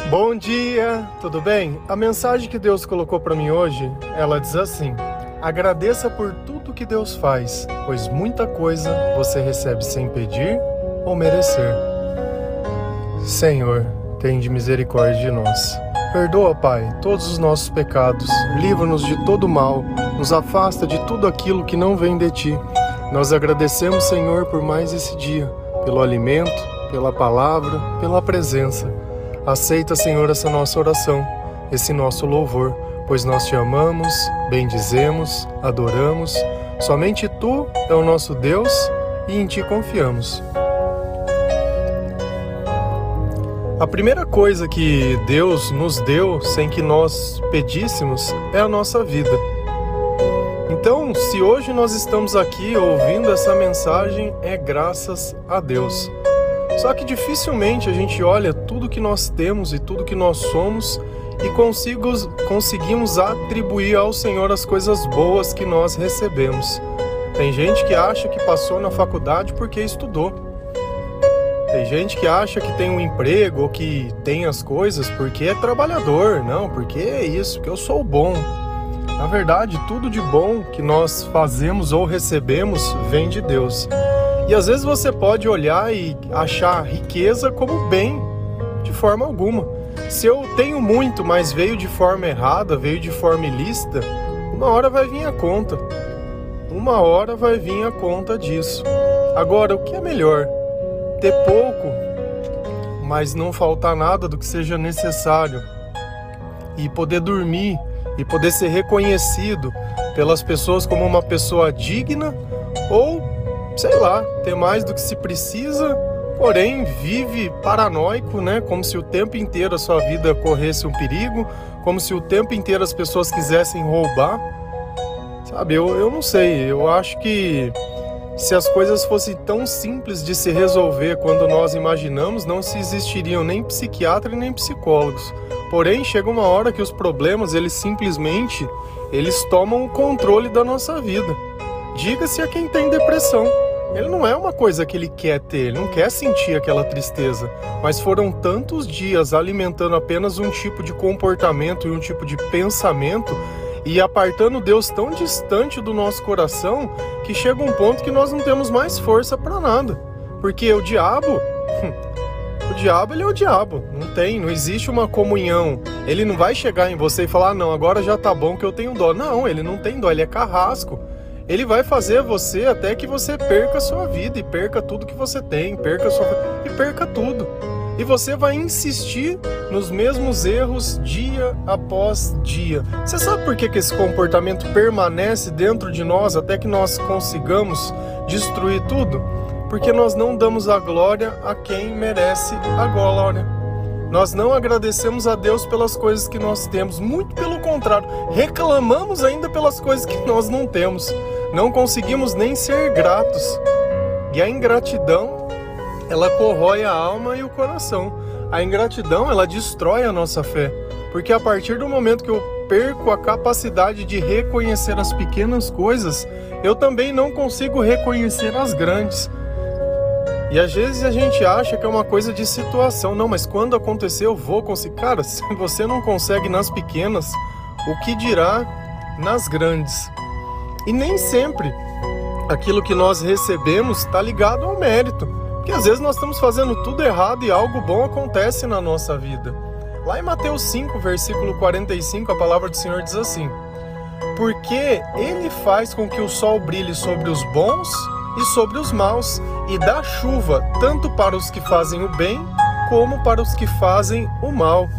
Bom dia, tudo bem? A mensagem que Deus colocou para mim hoje, ela diz assim: agradeça por tudo que Deus faz, pois muita coisa você recebe sem pedir ou merecer. Senhor, tende misericórdia de nós. Perdoa, Pai, todos os nossos pecados, livra-nos de todo mal, nos afasta de tudo aquilo que não vem de Ti. Nós agradecemos, Senhor, por mais esse dia, pelo alimento, pela palavra, pela presença. Aceita, Senhor, essa nossa oração, esse nosso louvor, pois nós Te amamos, bendizemos, adoramos. Somente Tu é o nosso Deus e em Ti confiamos. A primeira coisa que Deus nos deu, sem que nós pedíssemos, é a nossa vida. Então, se hoje nós estamos aqui ouvindo essa mensagem, é graças a Deus. Só que dificilmente a gente olha tudo que nós temos e tudo que nós somos e conseguimos atribuir ao Senhor as coisas boas que nós recebemos. Tem gente que acha que passou na faculdade porque estudou. Tem gente que acha que tem um emprego ou que tem as coisas porque é trabalhador. Não, porque é isso, porque eu sou bom. Na verdade, tudo de bom que nós fazemos ou recebemos vem de Deus. E às vezes você pode olhar e achar riqueza como bem, de forma alguma. Se eu tenho muito, mas veio de forma errada, veio de forma ilícita, uma hora vai vir a conta. Uma hora vai vir a conta disso. Agora, o que é melhor? Ter pouco, mas não faltar nada do que seja necessário. E poder dormir, e poder ser reconhecido pelas pessoas como uma pessoa digna, ou sei lá, ter mais do que se precisa, porém vive paranoico, né? Como se o tempo inteiro a sua vida corresse um perigo, como se o tempo inteiro as pessoas quisessem roubar. Sabe, eu não sei, eu acho que se as coisas fossem tão simples de se resolver quando nós imaginamos, não se existiriam nem psiquiatras nem psicólogos. Porém, chega uma hora que os problemas, eles tomam o controle da nossa vida. Diga-se a quem tem depressão. Ele não é uma coisa que ele quer ter, ele não quer sentir aquela tristeza, mas foram tantos dias alimentando apenas um tipo de comportamento e um tipo de pensamento e apartando Deus tão distante do nosso coração que chega um ponto que nós não temos mais força para nada. Porque o diabo ele é o diabo, não existe uma comunhão. Ele não vai chegar em você e falar, não, agora já tá bom que eu tenho dó. Não, ele não tem dó, ele é carrasco. Ele vai fazer você até que você perca a sua vida e perca tudo que você tem, perca tudo. E você vai insistir nos mesmos erros dia após dia. Você sabe por que esse comportamento permanece dentro de nós até que nós consigamos destruir tudo? Porque nós não damos a glória a quem merece a glória. Nós não agradecemos a Deus pelas coisas que nós temos. Muito pelo contrário, reclamamos ainda pelas coisas que nós não temos. Não conseguimos nem ser gratos. E a ingratidão, ela corrói a alma e o coração. A ingratidão, ela destrói a nossa fé. Porque a partir do momento que eu perco a capacidade de reconhecer as pequenas coisas, eu também não consigo reconhecer as grandes. E às vezes a gente acha que é uma coisa de situação. Não, mas quando acontecer eu vou conseguir. Cara, se você não consegue nas pequenas, o que dirá nas grandes? E nem sempre aquilo que nós recebemos está ligado ao mérito. Porque às vezes nós estamos fazendo tudo errado e algo bom acontece na nossa vida. Lá em Mateus 5, versículo 45, a palavra do Senhor diz assim: porque Ele faz com que o sol brilhe sobre os bons e sobre os maus, e dá chuva tanto para os que fazem o bem, como para os que fazem o mal.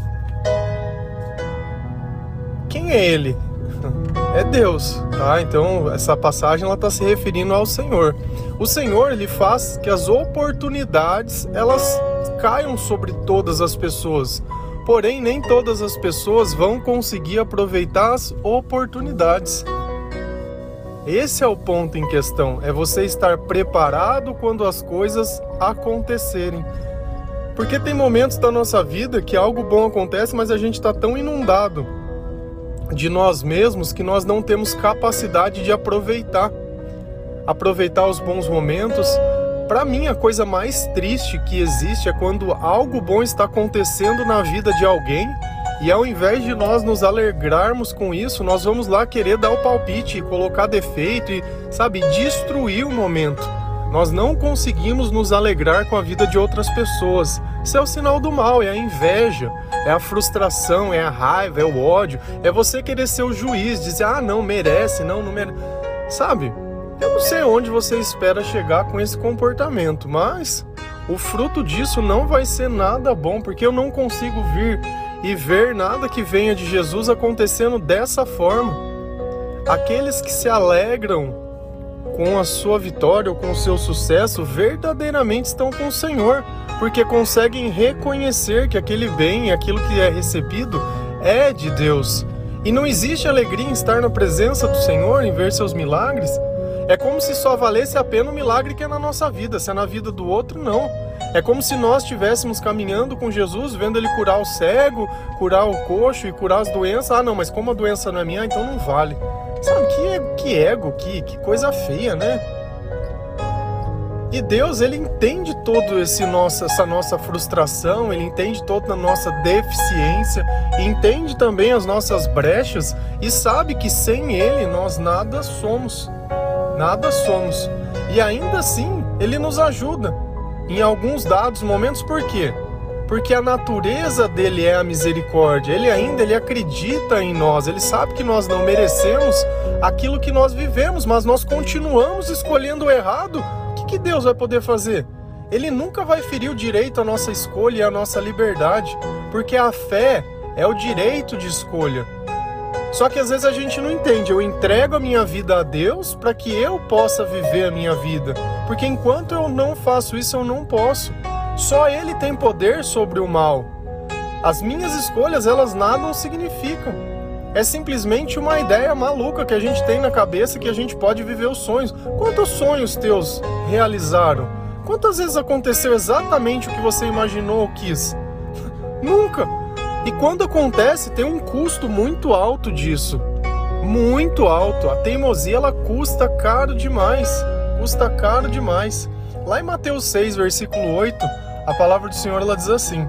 Quem é Ele? É Deus, tá? Então essa passagem ela está se referindo ao Senhor. O Senhor, Ele faz que as oportunidades elas caiam sobre todas as pessoas. Porém, nem todas as pessoas vão conseguir aproveitar as oportunidades. Esse é o ponto em questão, é você estar preparado quando as coisas acontecerem. Porque tem momentos da nossa vida que algo bom acontece, mas a gente está tão inundado de nós mesmos que nós não temos capacidade de aproveitar os bons momentos, Para mim, a coisa mais triste que existe é quando algo bom está acontecendo na vida de alguém e ao invés de nós nos alegrarmos com isso, nós vamos lá querer dar o palpite, colocar defeito e, sabe, destruir o momento. Nós não conseguimos nos alegrar com a vida de outras pessoas. Isso é o sinal do mal, é a inveja, é a frustração, é a raiva, é o ódio. É você querer ser o juiz, dizer, não merece, não merece. Sabe, eu não sei onde você espera chegar com esse comportamento, mas o fruto disso não vai ser nada bom, porque eu não consigo vir e ver nada que venha de Jesus acontecendo dessa forma. Aqueles que se alegram com a sua vitória ou com o seu sucesso, verdadeiramente estão com o Senhor, porque conseguem reconhecer que aquele bem, aquilo que é recebido, é de Deus. E não existe alegria em estar na presença do Senhor, em ver seus milagres. É como se só valesse a pena o milagre que é na nossa vida, se é na vida do outro, não. É como se nós estivéssemos caminhando com Jesus, vendo Ele curar o cego, curar o coxo e curar as doenças. Não, mas como a doença não é minha, então não vale. Sabe, que ego, que coisa feia, né? E Deus, Ele entende toda essa nossa frustração, Ele entende toda a nossa deficiência, entende também as nossas brechas e sabe que sem Ele nós nada somos. Nada somos. E ainda assim, Ele nos ajuda em alguns dados momentos. Por quê? Porque a natureza dele é a misericórdia. Ele acredita em nós. Ele sabe que nós não merecemos aquilo que nós vivemos, mas nós continuamos escolhendo o errado. O que Deus vai poder fazer? Ele nunca vai ferir o direito à nossa escolha e à nossa liberdade, porque a fé é o direito de escolha. Só que às vezes a gente não entende. Eu entrego a minha vida a Deus para que eu possa viver a minha vida, porque enquanto eu não faço isso, eu não posso. Só Ele tem poder sobre o mal. As minhas escolhas, elas nada significam. É simplesmente uma ideia maluca que a gente tem na cabeça que a gente pode viver os sonhos. Quantos sonhos teus realizaram? Quantas vezes aconteceu exatamente o que você imaginou ou quis? Nunca! E quando acontece, tem um custo muito alto disso. Muito alto. A teimosia, ela custa caro demais. Custa caro demais. Lá em Mateus 6, versículo 8, a palavra do Senhor, ela diz assim: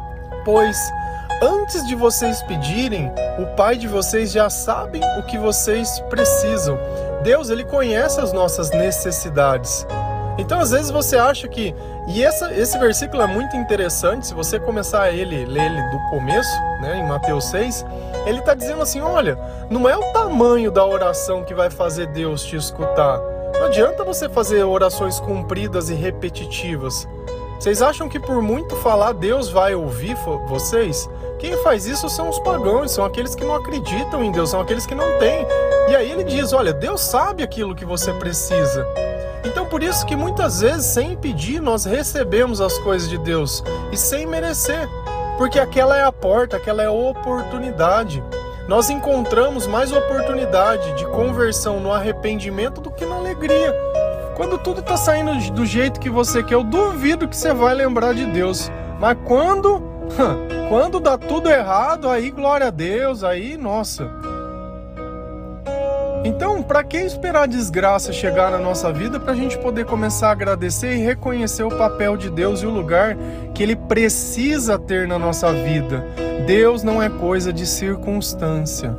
pois antes de vocês pedirem, o Pai de vocês já sabe o que vocês precisam. Deus, Ele conhece as nossas necessidades. Então, às vezes você acha que... E esse versículo é muito interessante, se você começar ler ele do começo, né, em Mateus 6, ele está dizendo assim, olha, não é o tamanho da oração que vai fazer Deus te escutar. Não adianta você fazer orações compridas e repetitivas. Vocês acham que por muito falar Deus vai ouvir vocês? Quem faz isso são os pagãos, são aqueles que não acreditam em Deus, são aqueles que não têm. E aí ele diz, olha, Deus sabe aquilo que você precisa. Então por isso que muitas vezes, sem pedir, nós recebemos as coisas de Deus e sem merecer. Porque aquela é a porta, aquela é a oportunidade. Nós encontramos mais oportunidade de conversão no arrependimento do que na alegria. Quando tudo está saindo do jeito que você quer, eu duvido que você vai lembrar de Deus. Mas quando dá tudo errado, aí glória a Deus, aí nossa. Então, para que esperar a desgraça chegar na nossa vida para a gente poder começar a agradecer e reconhecer o papel de Deus e o lugar que Ele precisa ter na nossa vida? Deus não é coisa de circunstância.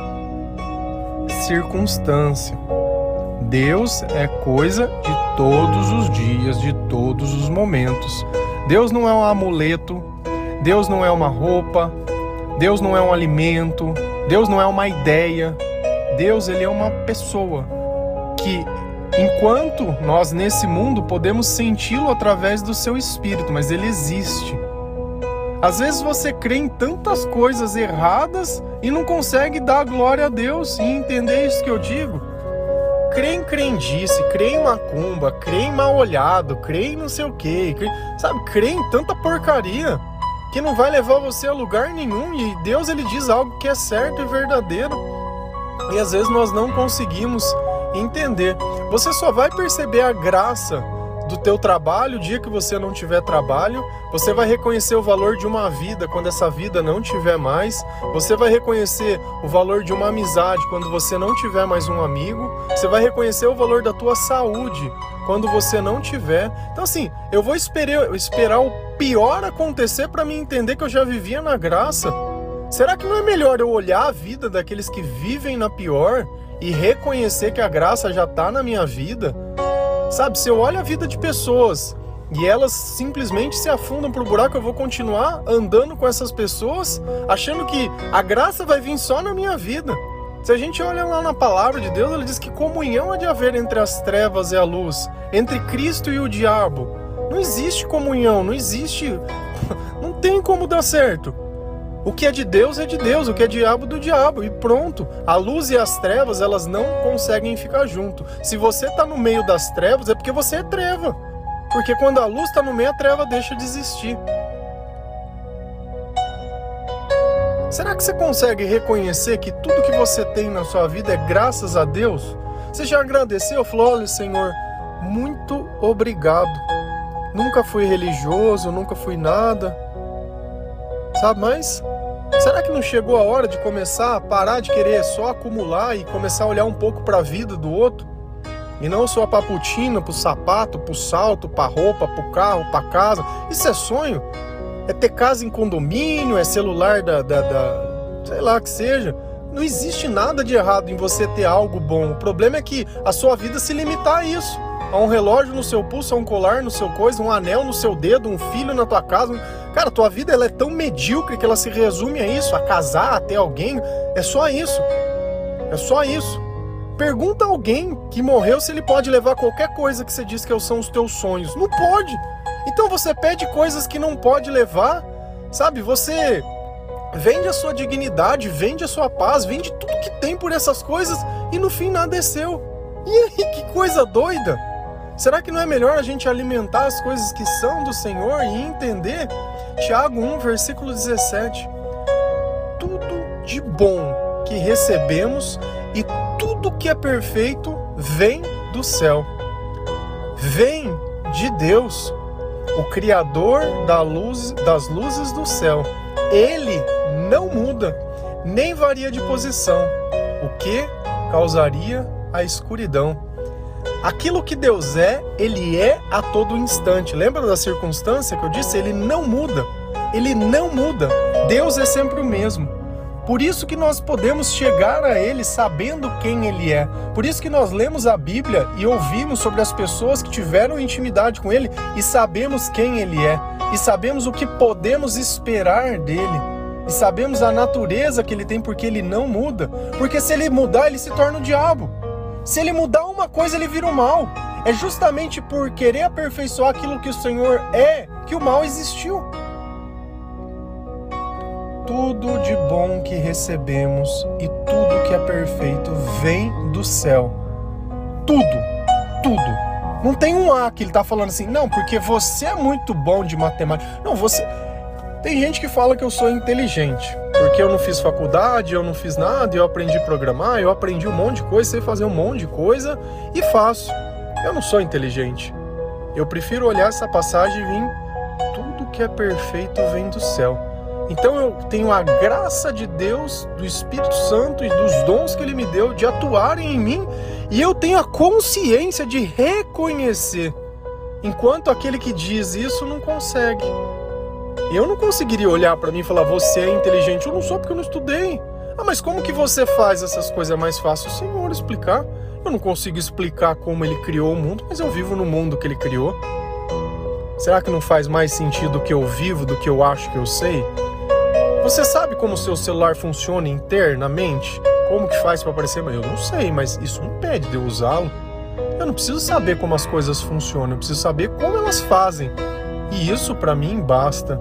Deus é coisa de todos os dias, de todos os momentos. Deus não é um amuleto, Deus não é uma roupa, Deus não é um alimento, Deus não é uma ideia. Deus, Ele é uma pessoa que, enquanto nós nesse mundo podemos senti-lo através do seu Espírito, mas Ele existe. Às vezes você crê em tantas coisas erradas e não consegue dar glória a Deus e entender isso que eu digo. Crê em crendice, crê em macumba, crê em mal olhado, crê em não sei o quê, crê em tanta porcaria que não vai levar você a lugar nenhum. E Deus, Ele diz algo que é certo e verdadeiro. E às vezes nós não conseguimos entender. Você só vai perceber a graça do teu trabalho, o dia que você não tiver trabalho. Você vai reconhecer o valor de uma vida quando essa vida não tiver mais. Você vai reconhecer o valor de uma amizade quando você não tiver mais um amigo. Você vai reconhecer o valor da tua saúde quando você não tiver. Então assim, eu vou esperar o pior acontecer para me entender que eu já vivia na graça. Será que não é melhor eu olhar a vida daqueles que vivem na pior e reconhecer que a graça já está na minha vida? Sabe, se eu olho a vida de pessoas e elas simplesmente se afundam pro buraco, eu vou continuar andando com essas pessoas, achando que a graça vai vir só na minha vida. Se a gente olha lá na palavra de Deus, ele diz que comunhão há de haver entre as trevas e a luz, entre Cristo e o diabo. Não existe comunhão, não existe, não tem como dar certo. O que é de Deus, o que é diabo do diabo, e pronto. A luz e as trevas, elas não conseguem ficar junto. Se você está no meio das trevas, é porque você é treva. Porque quando a luz está no meio, a treva deixa de existir. Será que você consegue reconhecer que tudo que você tem na sua vida é graças a Deus? Você já agradeceu? Falou, olha, Senhor, muito obrigado. Nunca fui religioso, nunca fui nada. Sabe, mas será que não chegou a hora de começar a parar de querer só acumular e começar a olhar um pouco para a vida do outro? E não só para a putina, para o sapato, para o salto, para a roupa, para o carro, para a casa. Isso é sonho? É ter casa em condomínio, é celular sei lá que seja. Não existe nada de errado em você ter algo bom. O problema é que a sua vida se limitar a isso. A um relógio no seu pulso, a um colar no seu coisa, um anel no seu dedo, um filho na tua casa. Cara, tua vida ela é tão medíocre que ela se resume a isso, a casar, a ter alguém. É só isso. É só isso. Pergunta a alguém que morreu se ele pode levar qualquer coisa que você diz que são os teus sonhos. Não pode. Então você pede coisas que não pode levar, sabe? Você vende a sua dignidade, vende a sua paz, vende tudo que tem por essas coisas e no fim nada é seu. E aí, que coisa doida! Será que não é melhor a gente alimentar as coisas que são do Senhor e entender? Tiago 1, versículo 17. Tudo de bom que recebemos e tudo que é perfeito vem do céu. Vem de Deus, o Criador das luzes do céu. Ele não muda, nem varia de posição, o que causaria a escuridão. Aquilo que Deus é, Ele é a todo instante. Lembra da circunstância que eu disse? Ele não muda. Ele não muda. Deus é sempre o mesmo. Por isso que nós podemos chegar a Ele sabendo quem Ele é. Por isso que nós lemos a Bíblia e ouvimos sobre as pessoas que tiveram intimidade com Ele e sabemos quem Ele é. E sabemos o que podemos esperar dEle. E sabemos a natureza que Ele tem porque Ele não muda. Porque se Ele mudar, Ele se torna o diabo. Se Ele mudar uma coisa, Ele vira o mal. É justamente por querer aperfeiçoar aquilo que o Senhor é que o mal existiu. Tudo de bom que recebemos e tudo que é perfeito vem do céu. Tudo. Não tem um A que ele está falando assim, não, porque você é muito bom de matemática. Não, você... Tem gente que fala que eu sou inteligente, porque eu não fiz faculdade, eu não fiz nada, eu aprendi a programar, eu aprendi um monte de coisa, sei fazer um monte de coisa e faço. Eu não sou inteligente. Eu prefiro olhar essa passagem e vir, tudo que é perfeito vem do céu. Então eu tenho a graça de Deus, do Espírito Santo e dos dons que Ele me deu de atuarem em mim, e eu tenho a consciência de reconhecer, enquanto aquele que diz isso não consegue. Eu não conseguiria olhar para mim e falar, você é inteligente. Eu não sou porque eu não estudei. Ah, mas como que você faz essas coisas? É mais fácil o Senhor explicar. Eu não consigo explicar como Ele criou o mundo, mas eu vivo no mundo que Ele criou. Será que não faz mais sentido o que eu vivo do que eu acho que eu sei? Você sabe como o seu celular funciona internamente? Como que faz para aparecer? Eu não sei, mas isso não impede de eu usá-lo. Eu não preciso saber como as coisas funcionam, eu preciso saber como elas fazem. E isso para mim basta.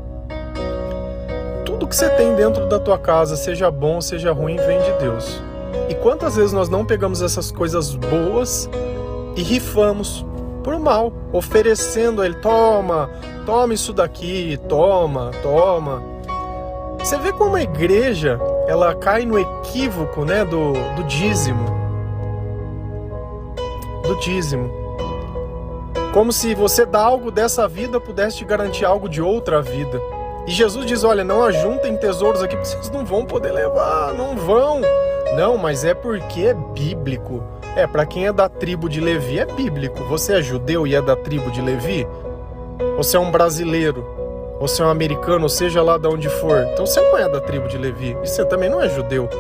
Tudo que você tem dentro da tua casa, seja bom, seja ruim, vem de Deus. E quantas vezes nós não pegamos essas coisas boas e rifamos por mal, oferecendo a Ele, toma isso daqui, toma. Você vê como a igreja, ela cai no equívoco, né, do dízimo. Como se você dar algo dessa vida pudesse te garantir algo de outra vida. E Jesus diz, olha, não ajuntem tesouros aqui, porque vocês não vão poder levar, não vão. Não, mas é porque é bíblico. Para quem é da tribo de Levi, é bíblico. Você é judeu e é da tribo de Levi? Você é um brasileiro? Você é um americano, ou seja lá de onde for? Então você não é da tribo de Levi. E você também não é judeu.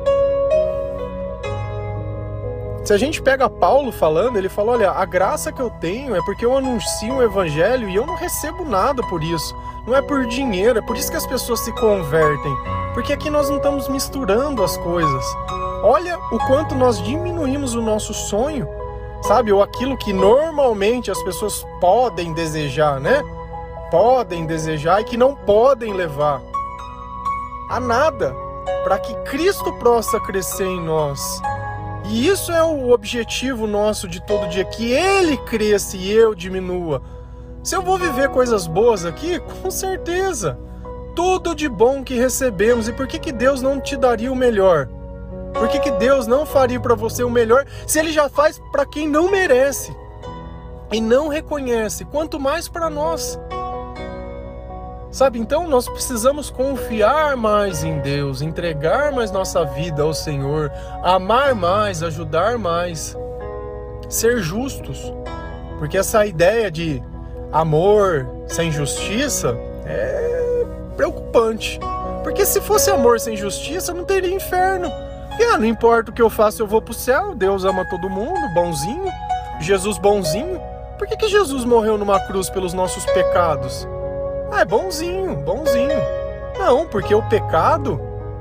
Se a gente pega Paulo falando, ele fala, olha, a graça que eu tenho é porque eu anuncio o evangelho e eu não recebo nada por isso. Não é por dinheiro, é por isso que as pessoas se convertem. Porque aqui nós não estamos misturando as coisas. Olha o quanto nós diminuímos o nosso sonho, sabe? Ou aquilo que normalmente as pessoas podem desejar, né? Podem desejar e que não podem levar a nada, para que Cristo possa crescer em nós. E isso é o objetivo nosso de todo dia, que Ele cresça e eu diminua. Se eu vou viver coisas boas aqui, com certeza. Tudo de bom que recebemos. E por que Deus não te daria o melhor? Por que Deus não faria para você o melhor se Ele já faz para quem não merece e não reconhece, quanto mais para nós? Sabe, então nós precisamos confiar mais em Deus, entregar mais nossa vida ao Senhor, amar mais, ajudar mais, ser justos. Porque essa ideia de amor sem justiça é preocupante. Porque se fosse amor sem justiça, não teria inferno. E não importa o que eu faço, eu vou pro céu. Deus ama todo mundo, bonzinho. Jesus bonzinho. Por que Jesus morreu numa cruz pelos nossos pecados? É bonzinho, bonzinho. Não, porque o pecado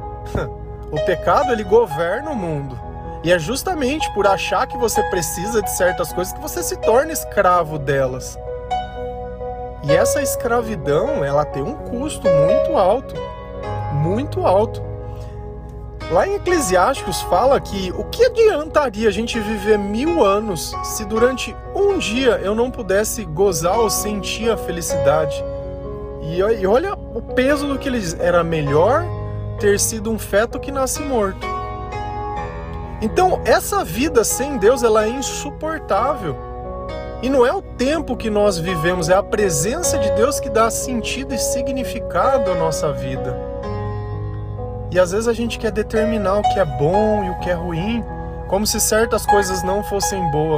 ele governa o mundo. E é justamente por achar que você precisa de certas coisas que você se torna escravo delas. E essa escravidão, ela tem um custo muito alto. Muito alto. Lá em Eclesiásticos fala que o que adiantaria a gente viver 1000 anos se durante um dia eu não pudesse gozar ou sentir a felicidade? E olha o peso do que ele diz. Era melhor ter sido um feto que nasce morto. Então, essa vida sem Deus, ela é insuportável. E não é o tempo que nós vivemos, é a presença de Deus que dá sentido e significado à nossa vida. E às vezes a gente quer determinar o que é bom e o que é ruim, como se certas coisas não fossem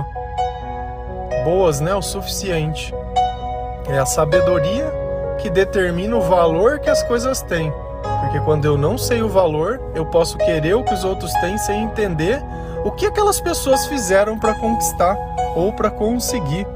boas, né? O suficiente. É a sabedoria que determina o valor que as coisas têm. Porque quando eu não sei o valor, eu posso querer o que os outros têm sem entender o que aquelas pessoas fizeram para conquistar ou para conseguir.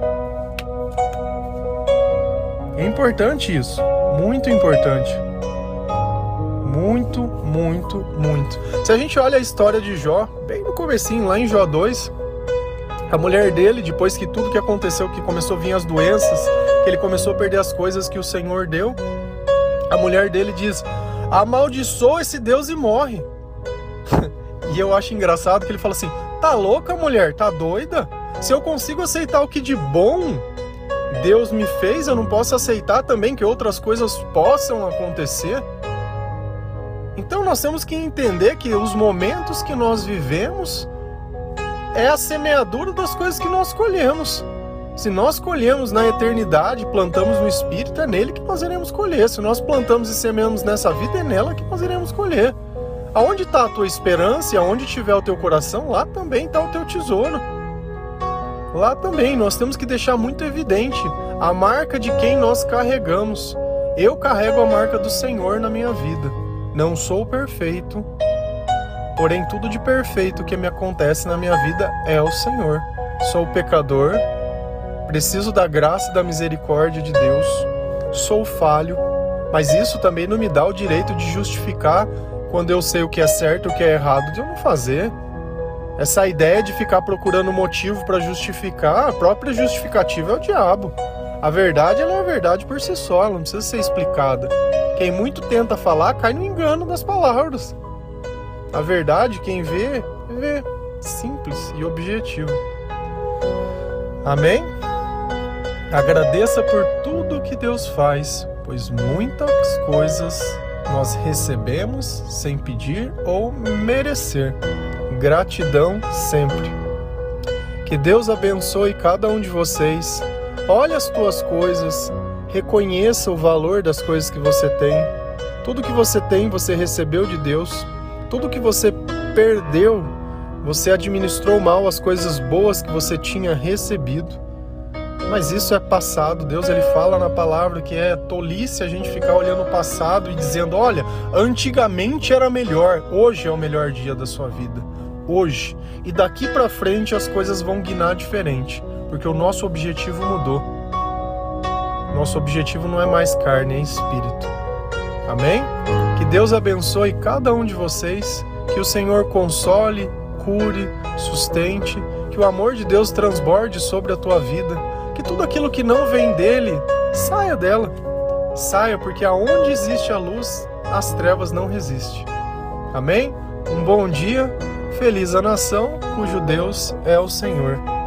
É importante isso, muito importante. Muito, muito, muito. Se a gente olha a história de Jó, bem no comecinho, lá em Jó 2, a mulher dele, depois que tudo que aconteceu, que começou a vir as doenças, que ele começou a perder as coisas que o Senhor deu, a mulher dele diz, amaldiçoa esse Deus e morre. E eu acho engraçado que ele fala assim, tá louca, mulher? Tá doida? Se eu consigo aceitar o que de bom Deus me fez, eu não posso aceitar também que outras coisas possam acontecer? Então nós temos que entender que os momentos que nós vivemos é a semeadura das coisas que nós colhemos. Se nós colhemos na eternidade, plantamos no Espírito, é nele que nós iremos colher. Se nós plantamos e semeamos nessa vida, é nela que nós iremos colher. Aonde está a tua esperança e aonde estiver o teu coração, lá também está o teu tesouro. Lá também nós temos que deixar muito evidente a marca de quem nós carregamos. Eu carrego a marca do Senhor na minha vida. Não sou perfeito, porém tudo de perfeito que me acontece na minha vida é o Senhor. Sou pecador, preciso da graça e da misericórdia de Deus, sou falho, mas isso também não me dá o direito de justificar quando eu sei o que é certo e o que é errado de eu não fazer. Essa ideia de ficar procurando motivo para justificar, a própria justificativa é o diabo. A verdade, ela é a verdade por si só, ela não precisa ser explicada. Quem muito tenta falar, cai no engano das palavras. A verdade, quem vê, vê. Simples e objetivo. Amém? Agradeça por tudo que Deus faz, pois muitas coisas nós recebemos sem pedir ou merecer. Gratidão sempre. Que Deus abençoe cada um de vocês. Olhe as tuas coisas, reconheça o valor das coisas que você tem. Tudo que você tem, você recebeu de Deus. Tudo que você perdeu, você administrou mal as coisas boas que você tinha recebido. Mas isso é passado. Deus ele fala na palavra que é tolice a gente ficar olhando o passado e dizendo, olha, antigamente era melhor, hoje é o melhor dia da sua vida. Hoje. E daqui para frente as coisas vão guinar diferente, porque o nosso objetivo mudou. Nosso objetivo não é mais carne, é espírito. Amém? Que Deus abençoe cada um de vocês, que o Senhor console, cure, sustente, que o amor de Deus transborde sobre a tua vida, que tudo aquilo que não vem dele, saia dela. Saia, porque aonde existe a luz, as trevas não resistem. Amém? Um bom dia, feliz a nação cujo Deus é o Senhor.